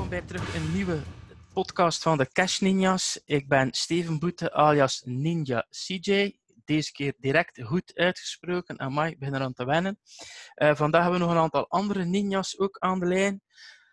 bij terug een nieuwe podcast van de Cash Ninjas. Ik ben Steven Boete alias Ninja CJ. Deze keer direct goed uitgesproken. Amai, ik begin eraan te wennen. Vandaag hebben we nog een aantal andere ninjas ook aan de lijn.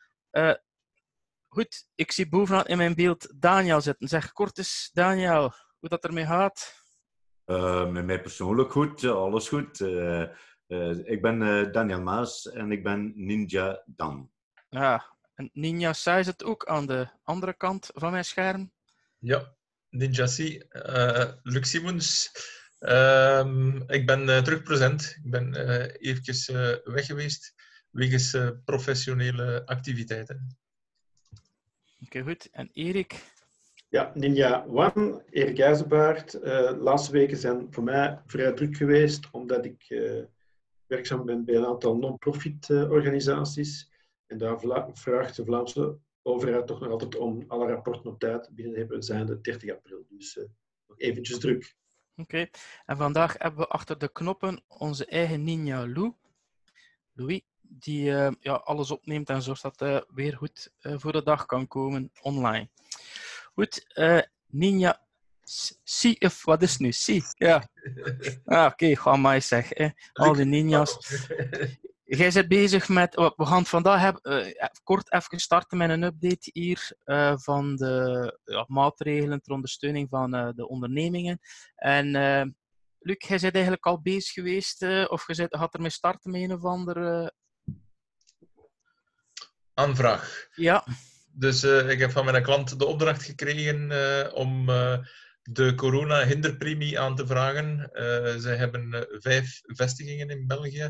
Goed, ik zie bovenaan in mijn beeld Daniel zitten. Zeg kort eens, Daniel, hoe dat ermee gaat? Met mij persoonlijk goed, alles goed. Ik ben Daniel Maas en ik ben Ninja Dan. Ja, en Ninja Sai zit ook aan de andere kant van mijn scherm. Ja, Ninja C. Luc Simons. Ik ben terug present. Ik ben eventjes weg geweest wegens professionele activiteiten. Oké, goed. En Erik? Ja, Ninja One, Erik IJzerbaard. Laatste weken zijn voor mij vrij druk geweest, omdat ik werkzaam ben bij een aantal non-profit organisaties. En daar vraagt de Vlaamse overheid toch nog altijd om alle rapporten op tijd binnen te hebben, zijn de 30 april. Dus nog eventjes druk. Oké. En vandaag hebben we achter de knoppen onze eigen Ninja Louis, die alles opneemt en zorgt dat hij weer goed voor de dag kan komen online. Goed, Ninja C, of wat is het nu? C, ja. Oké, ga maar zeg. Al die ninjas. Jij bent bezig met... We gaan vandaag kort even starten met een update hier van de maatregelen ter ondersteuning van de ondernemingen. En Luc, jij bent eigenlijk al bezig geweest, of je had ermee starten met een of andere... Aanvraag. Ja. Dus ik heb van mijn klant de opdracht gekregen om de corona-hinderpremie aan te vragen. Zij hebben 5 vestigingen in België.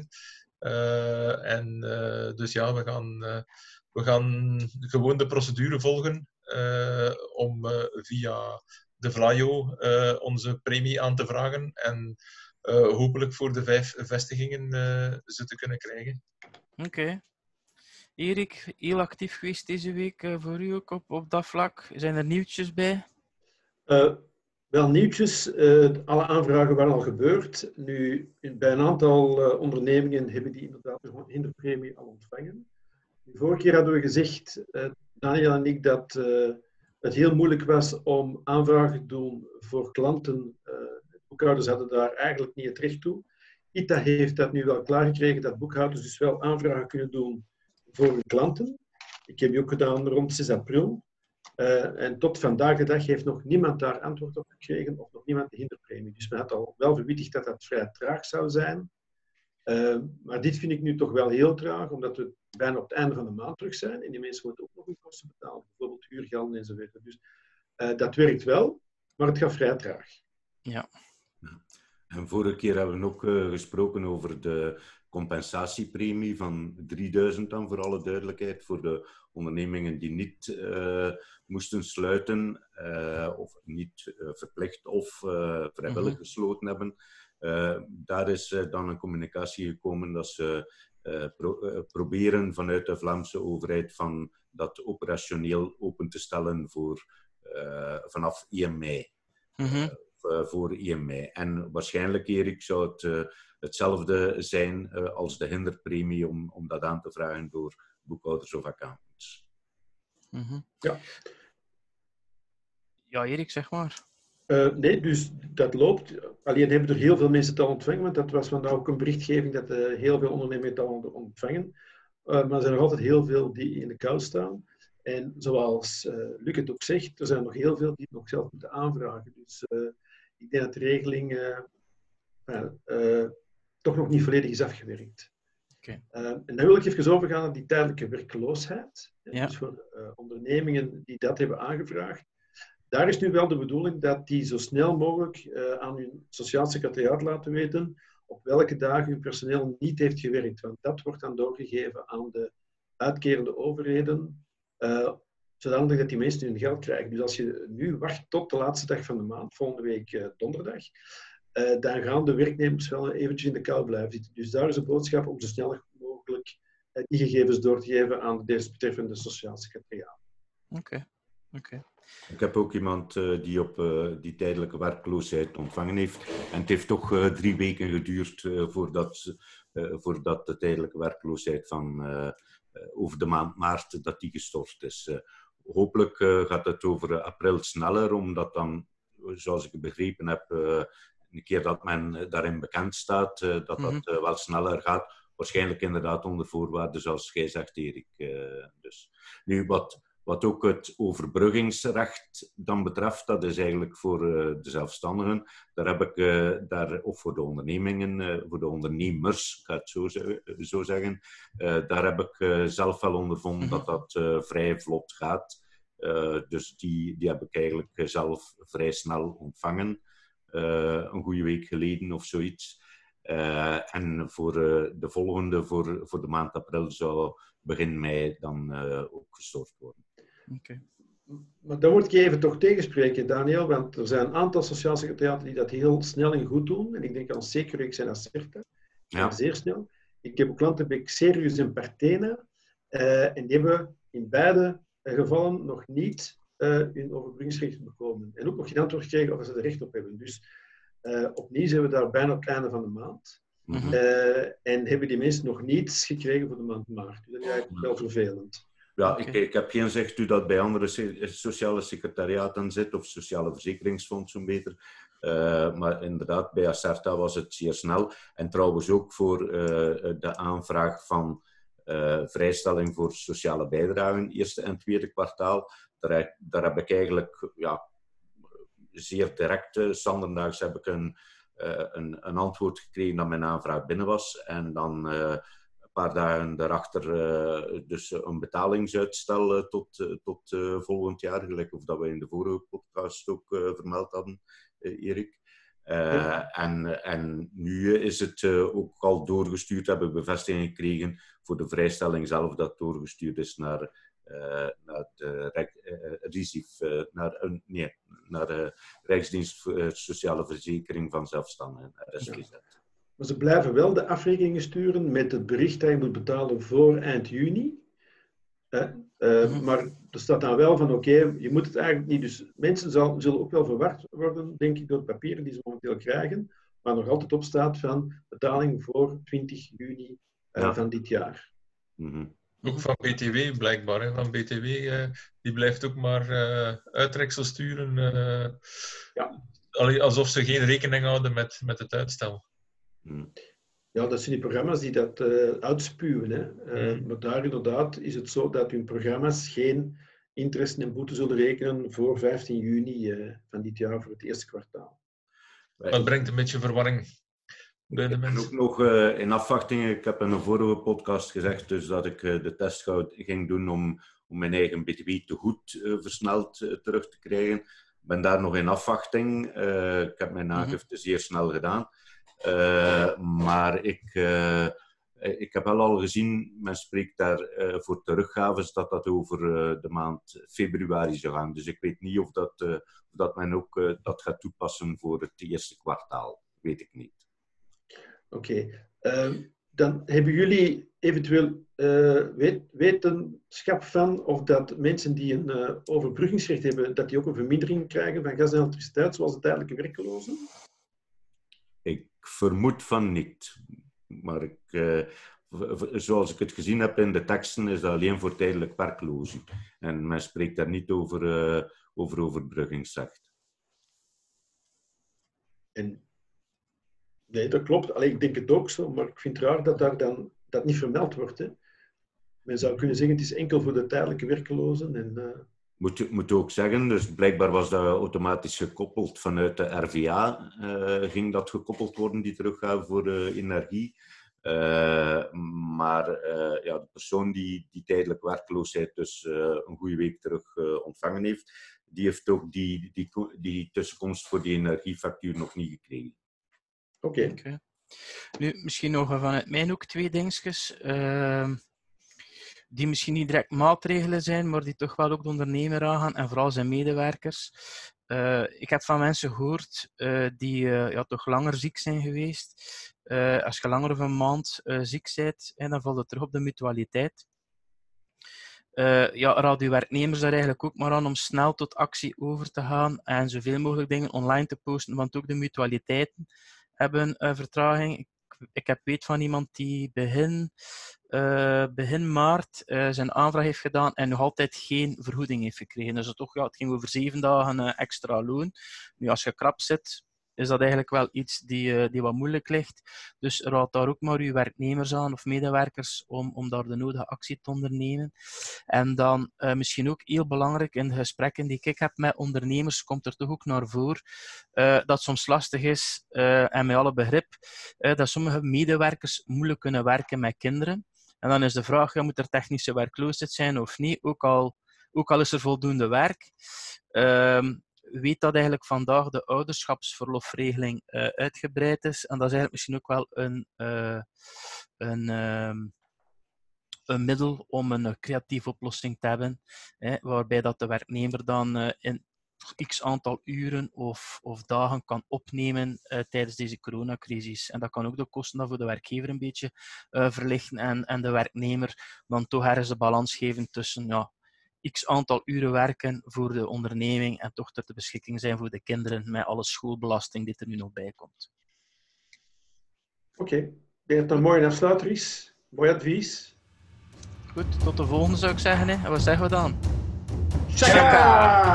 Dus ja, we gaan gewoon de procedure volgen om via de Vlaio onze premie aan te vragen. En hopelijk voor de 5 vestigingen ze te kunnen krijgen. Oké. Erik, heel actief geweest deze week voor u ook op dat vlak. Zijn er nieuwtjes bij? Wel nieuwtjes. Alle aanvragen waren al gebeurd. Nu, bij een aantal ondernemingen hebben die inderdaad de hinderpremie al ontvangen. De vorige keer hadden we gezegd, Daniel en ik, dat het heel moeilijk was om aanvragen te doen voor klanten. Boekhouders hadden daar eigenlijk niet het recht toe. ITA heeft dat nu wel klaargekregen, dat boekhouders dus wel aanvragen kunnen doen voor hun klanten. Ik heb die ook gedaan rond 6 april. En tot vandaag de dag heeft nog niemand daar antwoord op gekregen of nog niemand de hinderpremie. Dus men had al wel verwittigd dat dat vrij traag zou zijn. Maar dit vind ik nu toch wel heel traag, omdat we bijna op het einde van de maand terug zijn. En die mensen moeten ook nog hun kosten betalen, bijvoorbeeld huurgelden enzovoort. Dus dat werkt wel, maar het gaat vrij traag. Ja. En vorige keer hebben we ook gesproken over de compensatiepremie van 3000 dan, voor alle duidelijkheid, voor de ondernemingen die niet moesten sluiten of niet verplicht of vrijwillig gesloten hebben. Daar is dan een communicatie gekomen dat ze proberen vanuit de Vlaamse overheid van dat operationeel open te stellen voor vanaf 1 mei. Voor 1 mei. En waarschijnlijk, Erik, zou het hetzelfde zijn als de hinderpremie om dat aan te vragen door boekhouders of accountants. Ja. Ja, Erik, zeg maar. Nee, dus dat loopt. Alleen hebben er heel veel mensen het al ontvangen, want dat was vandaag ook een berichtgeving dat heel veel ondernemingen het al ontvangen. Maar er zijn nog altijd heel veel die in de kou staan. En zoals Luc het ook zegt, er zijn nog heel veel die het nog zelf moeten aanvragen. Dus ik denk dat de regeling toch nog niet volledig is afgewerkt. Okay. En dan wil ik even overgaan naar die tijdelijke werkloosheid. Ja. Dus voor ondernemingen die dat hebben aangevraagd. Daar is nu wel de bedoeling dat die zo snel mogelijk aan hun sociaal secretariaat laten weten op welke dagen hun personeel niet heeft gewerkt. Want dat wordt dan doorgegeven aan de uitkerende overheden, zodanig dat die mensen hun geld krijgen. Dus als je nu wacht tot de laatste dag van de maand, volgende week donderdag, dan gaan de werknemers wel eventjes in de kou blijven zitten. Dus daar is de boodschap om zo snel mogelijk die gegevens door te geven aan de desbetreffende sociaal secretariaat. Oké. Ik heb ook iemand die op die tijdelijke werkloosheid ontvangen heeft. En het heeft toch 3 weken geduurd voordat de tijdelijke werkloosheid van over de maand maart dat die gestort is. Hopelijk gaat het over april sneller, omdat dan, zoals ik begrepen heb, een keer dat men daarin bekend staat, dat wel sneller gaat. Waarschijnlijk inderdaad onder voorwaarden zoals jij zegt, Erik. Dus. Nu, wat ook het overbruggingsrecht dan betreft, dat is eigenlijk voor de zelfstandigen. Daar heb ik, of voor de ondernemingen, voor de ondernemers, ik ga het zo zeggen, daar heb ik zelf wel ondervonden dat dat vrij vlot gaat. Dus die heb ik eigenlijk zelf vrij snel ontvangen. Een goede week geleden of zoiets. En voor de volgende, voor de maand april, zou begin mei dan ook gestort worden. Okay. Maar daar moet ik je even toch tegenspreken, Daniel, want er zijn een aantal sociaal secretariaten die dat heel snel en goed doen. En ik denk aan Securex en Acerta. Ja. Zeer snel. Ik heb een klant, heb ik Serius en Partena. En die hebben in beide gevallen nog niet hun overbruggingsrecht bekomen. En ook nog geen antwoord gekregen of ze er recht op hebben. Dus opnieuw zijn we daar bijna op het einde van de maand. Mm-hmm. En hebben die mensen nog niets gekregen voor de maand maart. Dus dat is eigenlijk wel vervelend. Ja, ik heb geen zegt u dat bij andere sociale secretariaten zit, of sociale verzekeringsfondsen beter. Maar inderdaad, bij Acerta was het zeer snel. En trouwens ook voor de aanvraag van vrijstelling voor sociale bijdragen, eerste en tweede kwartaal. Daar heb ik eigenlijk zeer direct, zanderdaags heb ik een antwoord gekregen dat mijn aanvraag binnen was. En dan een paar dagen daarachter dus een betalingsuitstel tot volgend jaar, gelijk of dat we in de vorige podcast ook vermeld hadden, Erik. En nu is het ook al doorgestuurd, hebben we bevestiging gekregen voor de vrijstelling zelf, dat doorgestuurd is naar de Rijksdienst voor Sociale Verzekering van Zelfstandigen, RSGZ. Maar ze blijven wel de afrekeningen sturen met het bericht dat je moet betalen voor eind juni. Maar er staat dan wel van, oké, je moet het eigenlijk niet. Dus mensen zullen ook wel verward worden, denk ik, door de papieren die ze momenteel krijgen, waar nog altijd op staat van betaling voor 20 juni van dit jaar. Mm-hmm. Ook van BTW blijkbaar. Hè. Van BTW, die blijft ook maar uittreksel sturen. Alsof ze geen rekening houden met het uitstel. Ja, dat zijn die programma's die dat uitspuwen. Hè. Maar daar inderdaad is het zo dat hun programma's geen interesse en boete zullen rekenen voor 15 juni van dit jaar, voor het eerste kwartaal. Dat brengt een beetje verwarring. En ook nog in afwachting, ik heb in een vorige podcast gezegd dus dat ik de test ging doen om mijn eigen BTW te goed versneld terug te krijgen. Ik ben daar nog in afwachting. Ik heb mijn aangifte zeer snel gedaan. Maar ik heb wel al gezien, men spreekt daar voor teruggaves dat over de maand februari zou gaan. Dus ik weet niet of dat men ook dat gaat toepassen voor het eerste kwartaal. Weet ik niet. Oké. Dan hebben jullie eventueel wetenschap van of dat mensen die een overbruggingsrecht hebben, dat die ook een vermindering krijgen van gas en elektriciteit, zoals de tijdelijke werklozen? Ik vermoed van niet. Maar zoals ik het gezien heb in de teksten, is dat alleen voor tijdelijk werklozen. En men spreekt daar niet over overbruggingsrecht. Nee, dat klopt. Allee, ik denk het ook zo, maar ik vind het raar dat daar dan dat niet vermeld wordt. Hè. Men zou kunnen zeggen, het is enkel voor de tijdelijke werklozen. Moet ook zeggen, dus blijkbaar was dat automatisch gekoppeld vanuit de RVA. Ging dat gekoppeld worden, die teruggave voor de energie. Maar de persoon die tijdelijk werkloosheid dus een goede week terug ontvangen heeft, die heeft ook die tussenkomst voor die energiefactuur nog niet gekregen. Oké. Nu, misschien nog vanuit mijn ook 2 dingetjes. Die misschien niet direct maatregelen zijn, maar die toch wel ook de ondernemer aangaan en vooral zijn medewerkers. Ik heb van mensen gehoord die toch langer ziek zijn geweest. Als je langer dan een maand ziek bent, dan valt het terug op de mutualiteit. Raad uw werknemers daar eigenlijk ook maar aan om snel tot actie over te gaan en zoveel mogelijk dingen online te posten, want ook de mutualiteiten hebben vertraging. Ik ik weet van iemand die begin maart zijn aanvraag heeft gedaan en nog altijd geen vergoeding heeft gekregen. Dus het ging over 7 dagen extra loon. Nu, als je krap zit, is dat eigenlijk wel iets die wat moeilijk ligt. Dus raad daar ook maar uw werknemers aan of medewerkers om daar de nodige actie te ondernemen. En dan misschien ook heel belangrijk in de gesprekken die ik heb met ondernemers, komt er toch ook naar voren dat soms lastig is, en met alle begrip, dat sommige medewerkers moeilijk kunnen werken met kinderen. En dan is de vraag, moet er technische werkloosheid zijn of niet? Ook al is er voldoende werk. Weet dat eigenlijk vandaag de ouderschapsverlofregeling uitgebreid is. En dat is eigenlijk misschien ook wel een middel om een creatieve oplossing te hebben, waarbij dat de werknemer dan in x aantal uren of dagen kan opnemen tijdens deze coronacrisis. En dat kan ook de kosten dan voor de werkgever een beetje verlichten en de werknemer dan toch ergens de balans geven tussen x aantal uren werken voor de onderneming en toch ter beschikking zijn voor de kinderen met alle schoolbelasting die er nu nog bij komt. Oké. Ik denk dat dat een mooie afsluiter is. Mooi advies. Goed, tot de volgende zou ik zeggen. En wat zeggen we dan? Tjaka!